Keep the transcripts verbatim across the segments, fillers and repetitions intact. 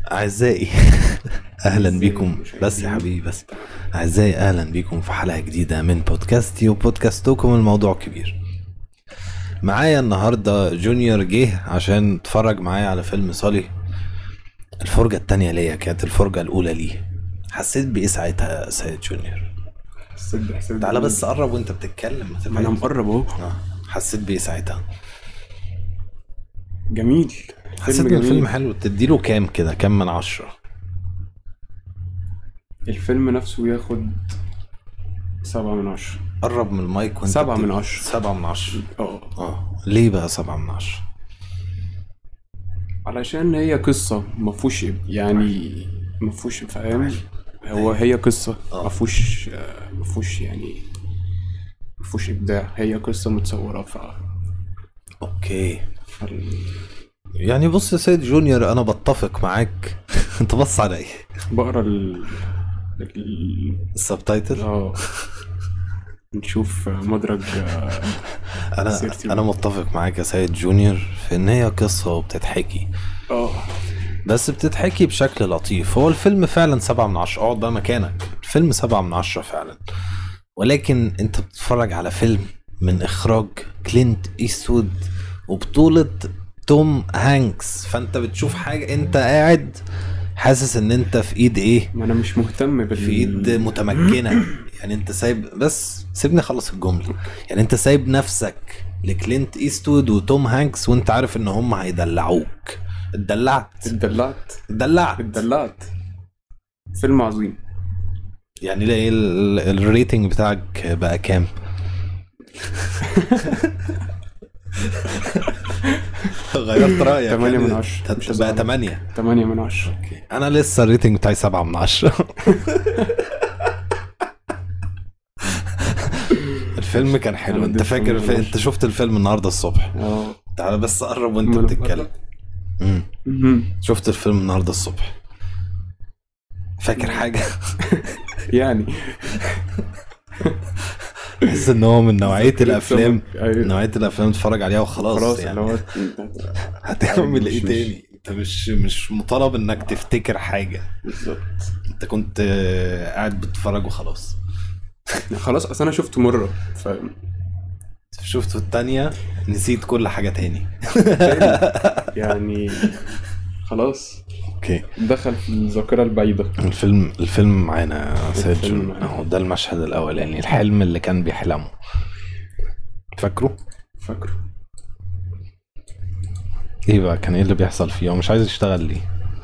أعزائي أهلا بكم. بس يا حبيبي بس أعزائي أهلا بكم في حلقة جديدة من بودكاستي وبودكاستكم الموضوع كبير. معايا النهاردة جونيور جه عشان تفرج معايا على فيلم صالي. الفرجة التانية ليا كانت الفرجة الأولى ليه. حسيت بإيه ساعتها يا سيد جونيور؟ حسيت حسيت تعالى بس قرب وانت بتتكلم. ما انا مقرب اهو. آه. حسيت بإيه ساعتها؟ جميل. حسيت ان الفيلم حلو. تديله كام كده؟ كام من عشرة؟ الفيلم نفسه ياخد سبعة من عشرة. قرب من المايك وانت سبعة بتك... من عشرة. سبعة من عشرة. اه اه ليه بقى سبعة من عشرة؟ علشان هي قصة مفوش يعني مفوش فاهم. هو هي قصة مفوش مفوش يعني مفوش إبداع. هي قصة متصورة ف اوكي فال... يعني بص يا سيد جونيور انا بتفق معاك. انت بص على ايه؟ بقرا ال ال السبتايتل. اه نشوف مدرج. انا سيرتي انا بقى. متفق معاك يا سيد جونيور في ان هي قصة وبتتحكي، اه بس بتتحكي بشكل لطيف. هو الفيلم فعلا سبعة من عشرة. اقعد بقى مكانك. الفيلم سبعة من عشرة فعلا، ولكن انت بتتفرج على فيلم من اخراج كلينت إيستوود وبطولة توم هانكس، فانت بتشوف حاجة انت قاعد حاسس ان انت في ايد ايه؟ ما انا مش مهتم بال في ايد متمكنة. يعني انت سايب، بس سيبني اخلص الجملة. يعني انت سايب نفسك لكلينت إيستوود وتوم هانكس وانت عارف ان هم هيدلعوك. اتدلعت اتدلعت اتدلعت اتدلعت. فيلم عظيم. يعني ايه ال- الريتنج بتاعك بقى كام؟ غيرت رأيك؟ تمانية يعني من عشرة. تت- بقى تمانية. تمانية من عشرة. اوكي انا لسه الريتنج بتاعي سبعة من عشرة. الفيلم كان حلو. أنا انت اديت فاكر تمانية في... من انت عشرة. شفت الفيلم النهارده الصبح؟ اه تعال بس قرب وانت ما أنا بتتكلم. امم مهم. شفت الفيلم النهارده الصبح؟ فاكر حاجة؟ يعني بحس ان هو من نوعية الافلام أيوة. نوعية الافلام تتفرج عليها وخلاص. خلاص يعني اللي هو هتعمل ايه مش- تاني؟ انت مش مش مطالب انك تفتكر حاجة. بالظبط. انت كنت آه، قاعد بتتفرج وخلاص. خلاص اصل انا شفته مرة ف شفته التانية نسيت كل حاجة تاني. يعني خلاص اوكي دخل في الذاكرة البعيدة. الفيلم الفيلم معانا يا سيد الفيلم جون. معانا. اهو ده المشهد الاولاني، الحلم اللي كان بيحلمه. فاكره؟ فاكره. ايه بقى كان ايه اللي بيحصل فيه؟ هو مش عايز يشتغل ليه؟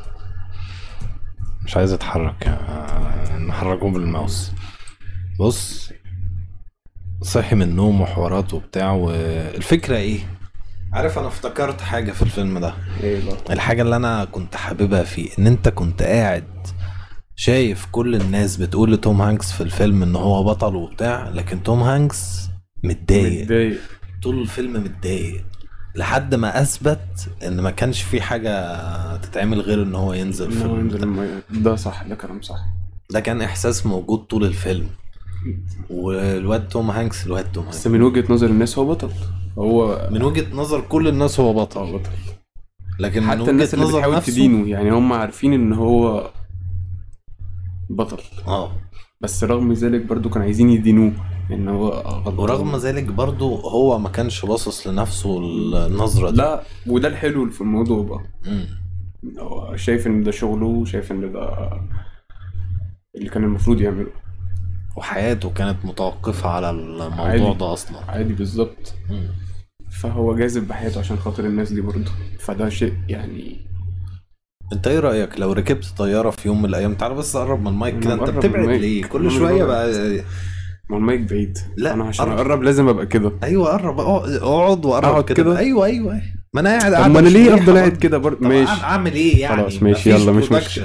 مش عايز يتحرك. آه، نحركه بالماوس. بص صحي من النوم وحوارات وبتاع. والفكرة ايه؟ عارف انا افتكرت حاجة في الفيلم ده. ايه بقى؟ الحاجة اللي انا كنت حاببها فيه ان انت كنت قاعد شايف كل الناس بتقول لتوم هانكس في الفيلم ان هو بطل وبتاع، لكن توم هانكس متضايق متضايق طول الفيلم. متضايق لحد ما اثبت ان ما كانش في حاجة تتعمل غير ان هو ينزل في إن هو ينزل الفيلم. المية. ده صح، ده كلام صح. ده كان احساس موجود طول الفيلم. والواد توم هانكس الواد توم هانكس بس من وجهة نظر الناس هو بطل. هو من وجهة نظر كل الناس هو بطل، هو بطل. لكن من حتى وجهة الناس اللي نظر بتحاول نفسه تدينه يعني هم عارفين ان هو بطل، اه. بس رغم ذلك برضو كانوا عايزين يدينوه ان هو غلطان. ورغم ذلك برضو هو ما كانش باصص لنفسه النظرة دي. لا، وده الحلو في الموضوع بقى. مم. هو شايف ان ده شغله وشايف ان ده اللي كان المفروض يعمله. وحياته كانت متوقفة على الموضوع عادي. ده اصلا. عادي بالظبط. مم. فهو جاذب بحياته عشان خاطر الناس دي برضو. فده شيء يعني. انت ايه رأيك لو ركبت طيارة في يوم من الايام؟ تعال بس قرب من المايك أنا كده. انت مقرب من بتبعد المايك. ليه أنا كل مش شوية ببعد. بقى؟ ما المايك بعيد. لا، انا عشان قرب. اقرب لازم ابقى كده. ايوه قرب. اقعد اقعد وقرب اقعد كده. كده؟ ايوه ايوه ايوه. ما انا قاعد طب قاعد ما انا مش ليه مريحة افضل قاعد برضه. كده برضه؟ طب ماشي اعمل ايه يعني؟ خلاص ماشي مفيش يلا مش production. مشكلة.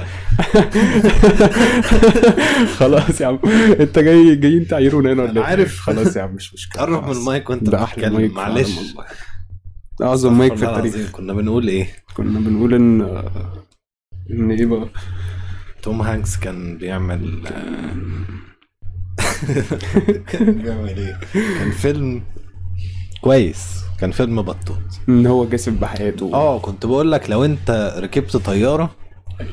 خلاص يا عم انت جاي جايين تعيرونا هنا ولا انا ايه؟ عارف. خلاص يا عم مش مشكلة. قرب من خلاص. المايك وانت ده احلى بتتكلم. مايك فعلا معلش. والله. اعظم مايك في والله العظيم. التاريخ. كنا بنقول ايه؟ كنا بنقول ان ان ايه بقى؟ توم هانكس كان بيعمل كان بيعمل ايه؟ كان فيلم كويس. كان فيلم بطوط. ان هو جاسم بحياته. اه كنت بقول لك لو انت ركبت طيارة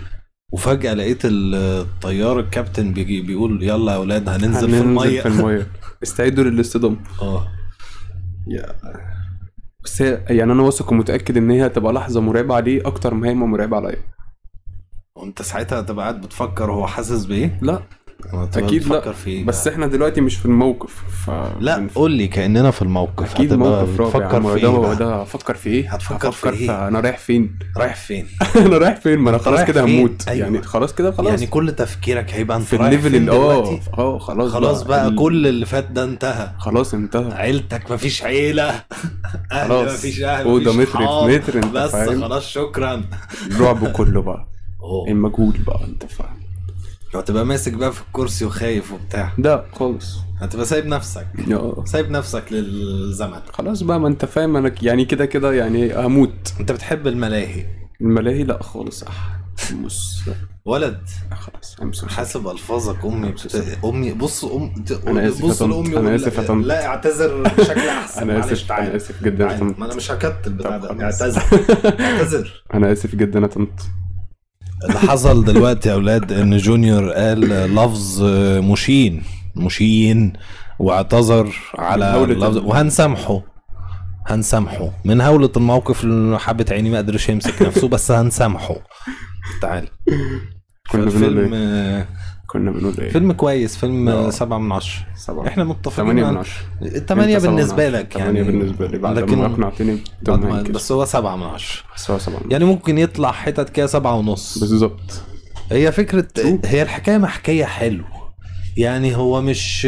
وفجأة لقيت الطيار الكابتن بيجي بيقول يلا يا اولاد هننزل في المية في المية استعدوا للاصطدام. اه يا بس هي يعني انا واثق ومتاكد ان هي هتبقى لحظه مرعبه عليه اكتر ما هي مرعبه عليا. وانت ساعتها هتبقى قاعد بتفكر هو حاسس بايه؟ لا اكيد لا فيه بس احنا دلوقتي مش في الموقف ف... لا قول لي كاننا في الموقف. اكيد موقف رابع. تفكر في ايه ده ده افكر في ايه؟ هتفكر في ايه؟ انا رايح فين؟ رايح فين؟ انا رايح فين؟ ما انا خلاص كده هموت. أيوة. يعني خلاص كده خلاص يعني كل تفكيرك هيبقى انت في رايح الليفل اه اه خلاص خلاص بقى, بقى ال... كل اللي فات ده انتهى خلاص انتهى. عيلتك مفيش عيله خلاص مفيش اهل وده متر في متر انت بس فاهم؟ خلاص شكرا. الرعب كله بقى المجهول بقى انت فاهم. هتبقى ماسك بقى في الكرسي وخايف وبتاع ده خالص هتبقى سايب نفسك يا. سايب نفسك للزمن خلاص بقى ما انت فاهم. انا يعني كده كده يعني هموت. انت بتحب الملاهي؟ الملاهي لا خالص. اح بص ولد خلاص امسك حاسب الفاظك. امي بت... امي بص ام انا اسف بص لامي انا اسف يا طنط. لا اعتذر بشكل احسن. انا اسف انا اسف جدا يا طنط. ما انا مش هكتل بتاع ده. اعتذر اعتذر انا اسف جدا يا طنط. اللي حصل دلوقتي يا اولاد ان جونيور قال لفظ مشين مشين واعتذر على اللفظ وهنسامحه هنسامحه من هولة الموقف اللي حبت عيني ما قدرش يمسك نفسه بس هنسامحه. تعال كنا فيلم كنا بنقول ايه؟ فيلم كويس. فيلم سبعة من عشرة. احنا متفقين ثمانية من عشرة. الثمانية بالنسبة لك يعني. ثمانية بالنسبة لي بعد ما اقنعتني بس هو سبعة من عشرة. بس هو سبعة يعني ممكن يطلع حتت كده سبعة ونص بالظبط. هي فكرة هي الحكاية محكية حلو يعني. هو مش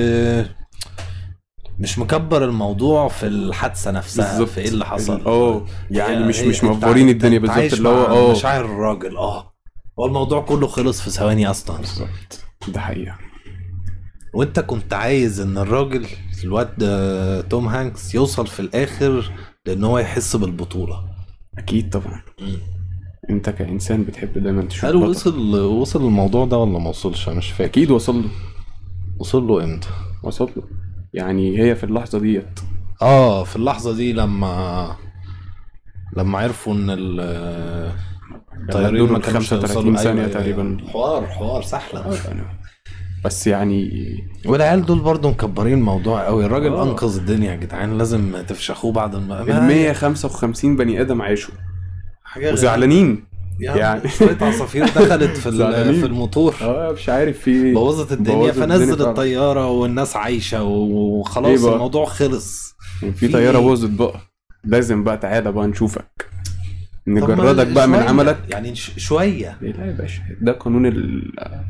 مش مكبر الموضوع في الحادثة نفسها بالزبط. في ايه اللي حصل اه يعني مش مش مفورين الدنيا بالظبط اللي هو اه مشاعر الراجل اه هو الموضوع كله خلص في ثواني اصلا بالظبط. ده حقيقة. وانت كنت عايز ان الراجل الواد توم هانكس يوصل في الاخر لان هو يحس بالبطولة. اكيد طبعا. م. انت كإنسان بتحب دايما تشوف. هل وصل وصل الموضوع ده ولا ما وصلش؟ مش فاكر. اكيد وصل له. وصل له امتى؟ وصل له يعني هي في اللحظة ديت اه في اللحظة دي لما لما عرفوا ان الطيارين ما كانوش خمسة وثلاثين ثانية أيوة تقريبا. حوار حوار سحلة بس يعني والعيال دول برضو مكبرين الموضوع قوي. الراجل أوه. انقذ الدنيا يا جدعان لازم تفشخوه بعد ما مية وخمسة وخمسين بني ادم عاشوا وزعلانين يعني شوية عصافير دخلت في في الموتور اه مش عارف في بوظت الدنيا فنزل الطيارة والناس عايشة وخلاص إيه الموضوع خلص. يعني في طيارة باظت بقى لازم بقى تعالى بقى نشوفك نجردك بقى من عملك يعني شوية. لا يا باشا ده قانون ال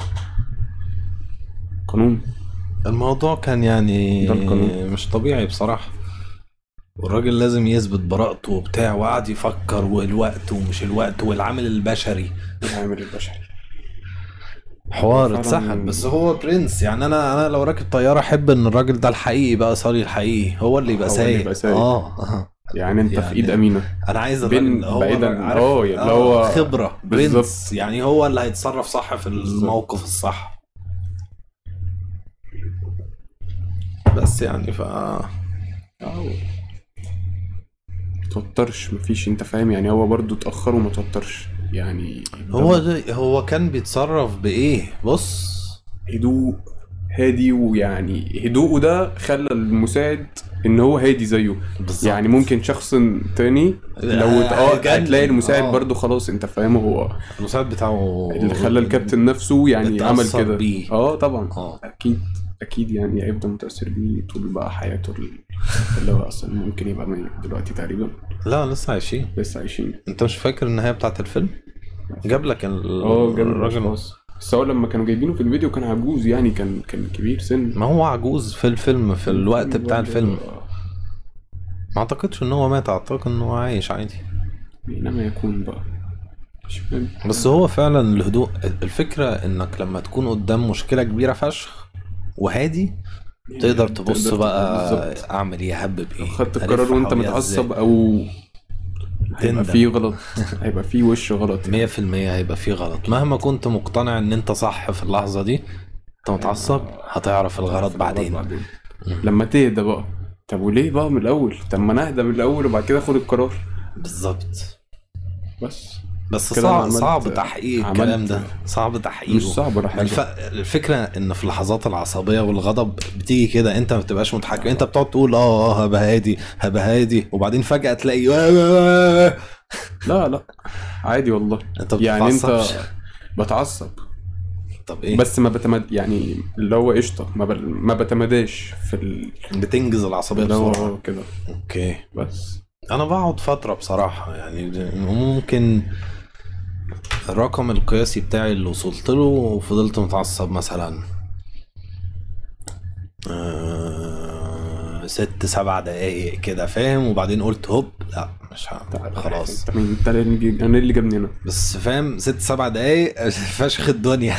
قانون الموضوع كان يعني مش طبيعي بصراحة. والراجل لازم يثبت براءته وبتاع وقعد يفكر والوقت ومش الوقت والعامل البشري العامل البشري حوار اتسحل. بس هو برنس يعني. انا انا لو راكب طياره احب ان الراجل ده الحقيقي بقى صاري الحقيقي هو اللي يبقى سايق اه يعني انت يعني في ايد امينه. انا عايز الراجل هو اه اللي هو خبره برنس يعني هو اللي هيتصرف صح في الموقف الصح. بس يعني ف اه توترش مفيش انت فاهم يعني. هو برضو اتأخر وما توترش يعني. هو هو كان بيتصرف بايه؟ بص هدوء هادي ويعني هدوءه ده خلى المساعد ان هو هادي زيه بالزبط. يعني ممكن شخص تاني لو اه هتلاقي المساعد آه. برضو خلاص انت فاهم. هو المساعد بتاعه اللي خلى الكابتن نفسه يعني عمل كده اه طبعا آه. اكيد اكيد يعني هيفضل متاثر بيه طول بقى حياته اللي هو اصلا ممكن يبقى ميت دلوقتي تقريبا. لا لسه عايشين لسه عايشين. انت مش فاكر النهايه بتاعه الفيلم؟ جاب لك اه جاب الراجل بس هو لما كانوا جايبينه في الفيديو كان عجوز يعني. كان كان كبير سن. ما هو عجوز في الفيلم في الوقت بتاع الفيلم. ما اعتقدش ان هو مات. اعتقد ان هو عايش عادي بينما يكون بقى مش فاهم. بس هو فعلا الهدوء. الفكره انك لما تكون قدام مشكله كبيره فشخ وهادي تقدر تبص تقدر بقى بالزبط. اعمل ايه هبب ايه. خدت القرار وانت متعصب او هيبقى فيه غلط. هيبقى فيه وش غلط مية في المية هيبقى فيه غلط. مهما كنت مقتنع ان انت صح في اللحظة دي انت متعصب هتعرف الغلط بعدين, بعدين. لما تهدى بقى. طب وليه بقى من الاول؟ طب ما نهدى من الاول وبعد كده اخد القرار. بالظبط. بس بس كده صعب أنا عملت- صعب تحقيق عملت- الكلام ده، صعب تحقيقه. مش صعب ولا حاجه. الف... الفكره ان في لحظات العصبيه والغضب بتيجي كده انت ما بتبقاش متحكم، انت بتقعد تقول اه اه هبقى هادي هبقى هادي وبعدين فجاه تلاقي لا لا عادي والله. انت يعني انت بتتعصبش؟ بتعصب طب ايه بس ما بتمد يعني اللي هو قشطه، ما, بل... ما بتمداش في ال... بتنجز العصبيه اللي بسرعه؟ هو كده اوكي. بس. انا بقعد فتره بصراحه، يعني ممكن الرقم القياسي بتاعي اللي وصلت له وفضلت متعصب مثلا آه، ست سبع دقايق كده فاهم، وبعدين قلت هوب لا مش هعمل خلاص. انت مين؟ انت اللي جي- انا اللي جابني هنا. بس فاهم ست سبع دقايق فشخ الدنيا.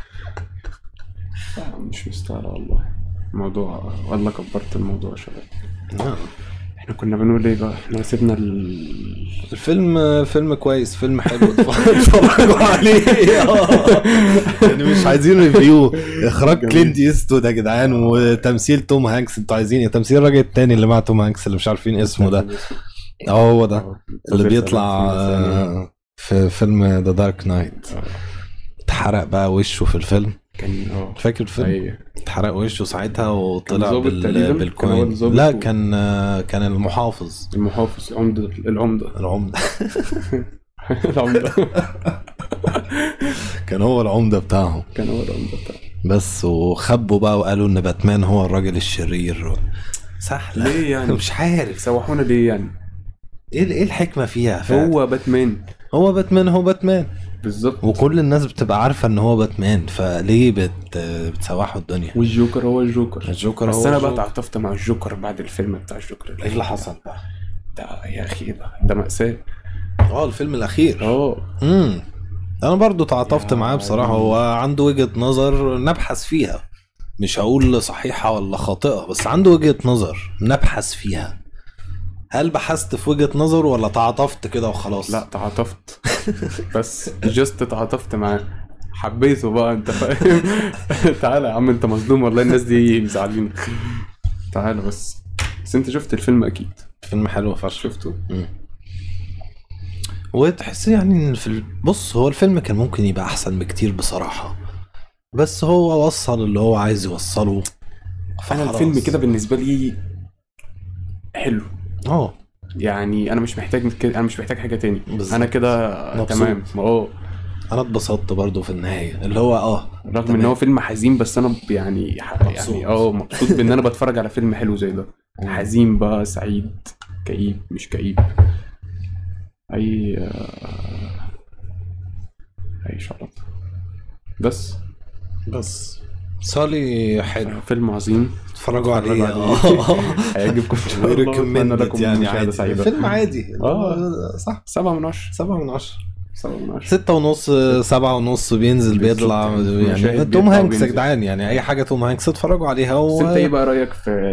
لا، مش مستاهل والله الموضوع، والله كبرت الموضوع يا شباب. آه. احنا كنا بنقول ايه بقى؟ احنا سيبنا ال... الفيلم فيلم كويس، فيلم حلو اتفرجوا عليه. آه. يعني مش عايزين ريفيو، اخراج جميل. كلينت ايستوود يا جدعان وتمثيل توم هانكس. انتوا عايزين ايه؟ تمثيل الراجل التاني اللي مع توم هانكس اللي مش عارفين اسمه ده. اه هو ده اه، اللي بس بيطلع بس يعني- آه، في فيلم ذا دارك نايت. اه، اتحرق بقى وشه في الفيلم، كان اه فاكر الفيلم؟ اي اتحرق وشه ساعتها وطلع كان ظابط بال... تقريباً؟ كان هو بالكوين. الظابط لا و- كان آه، كان المحافظ المحافظ العمدة العمدة العمدة. العمدة كان هو العمدة بتاعهم. كان هو العمدة بتاعه. بس وخبوا بقى وقالوا ان باتمان هو الراجل الشرير. سهلة. ليه يعني؟ مش عارف سوحونا ليه يعني؟ ايه ايه الحكمة فيها فعلا. هو باتمان هو باتمان هو باتمان بالظبط، وكل الناس بتبقى عارفة ان هو باتمان، فليه بت... بتسوحوا الدنيا. والجوكر هو الجوكر. الجوكر بس هو انا بقى الجوكر. تعاطفت مع الجوكر بعد الفيلم بتاع الجوكر. ايه اللي حصل بقى؟ ده يا اخي ده ده مأساة. اه الفيلم الاخير. اه امم انا برضو تعاطفت يا معاه بصراحة. عيني. هو عنده وجهة نظر نبحث فيها، مش هقول صحيحة ولا خاطئة، بس عنده وجهة نظر نبحث فيها. هل بحثت في وجهة نظر ولا تعاطفت كده وخلاص؟ لا تعاطفت بس جست تعاطفت معاه، حبيته بقى انت فاهم. تعالى يا عم انت مظلوم والله، الناس دي مزعلين. تعالى بس بس انت شفت الفيلم اكيد؟ فيلم حلو فشخ. شفته؟ مم. وتحس يعني ان في ال- بص هو الفيلم كان ممكن يبقى احسن بكتير بصراحة، بس هو وصل اللي هو عايز يوصله. انا فخلاص. الفيلم كده بالنسبه لي حلو، اه يعني انا مش محتاج كده، انا مش محتاج حاجه تاني. بالظبط. انا كده مبسوط. تمام. اه انا اتبسطت برضو في النهاية اللي هو اه رغم ان هو فيلم حزين، بس انا ب- يعني ح- مبسوط. يعني اه مبسوط بان انا بتفرج على فيلم حلو زي ده. حزين بقى، سعيد، كئيب، مش كئيب، اي آه، اي شرط. بس بس سالي حلو، فيلم عظيم، اتفرجوا عليه. اتفرجوا اه هيعجبكم ان شاء الله. وأتمنى recommended لكم يعني مشاهدة عادي. سعيدة. فيلم عادي. آه. صح. سبعة من عشرة. سبعة من عشرة. سبعة من عشرة. ستة ونص سبعة ونص بينزل بالظبط بيطلع يعني. يعني مشاهد توم بيطلع هانكس يا وبينزل. جدعان، يعني اي حاجه توم هانكس اتفرجوا عليها. و... بس انت ايه بقى رايك في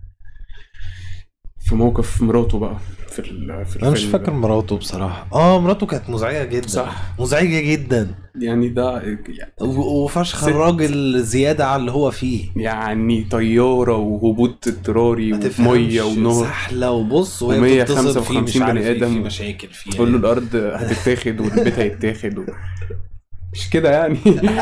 في موقف مراته بقى في ال... في انا مش الفيلم فاكر ده؟ مراته بصراحه. اه مراته كانت مزعجه جدا. صح. مزعجه جدا. يعني ده يعني, و- وفشخ ست. الراجل زياده على اللي هو فيه. يعني طياره وهبوط اضطراري ما وميه تفهمش، ونهر، سحله وبص وهي ومية بتتصل خمسة فيه مش وخمسين عارف بني ايه، آدم. في مشاكل فيها. تقول له الارض هتتاخد والبيت هيتاخد و... مش كده يعني.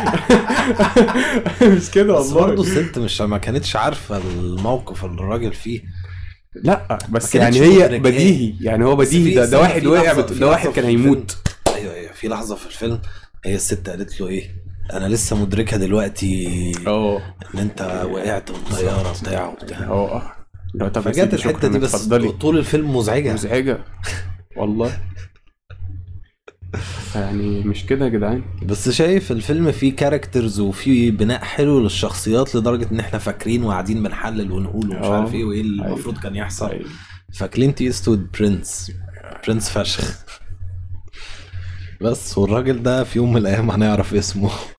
مش كده بس برضه والله. الست مش ما كانتش عارفه الموقف اللي الراجل فيه. لا بس ما يعني كانتش هي مدركاه. بديهي، يعني هو بس في- بديهي. ده, ده في- واحد في وقع لحظة- بت... في ده واحد لحظة كان في الفيلم- هيموت. ايوه ايوه في لحظه في الفيلم هي الست قالت له ايه، انا لسه مدركه دلوقتي اه ان انت وقعت من الطياره بتاعه وبتاع. اه لا طب يا فجت سيدي الحته شكراً، دي بس اتفضلي. طول الفيلم مزعجه. مزعجة والله. يعني مش كده يا جدعان. بس شايف الفيلم فيه كاركترز وفيه بناء حلو للشخصيات لدرجه ان احنا فاكرين وقاعدين بنحلل ونقول ومش اه. عارف ايه وايه اللي أيوة. المفروض كان يحصل. أيوة. فكلينت ايستوود برنس برنس فشخ. بس والراجل ده في يوم من الايام هنعرف اسمه.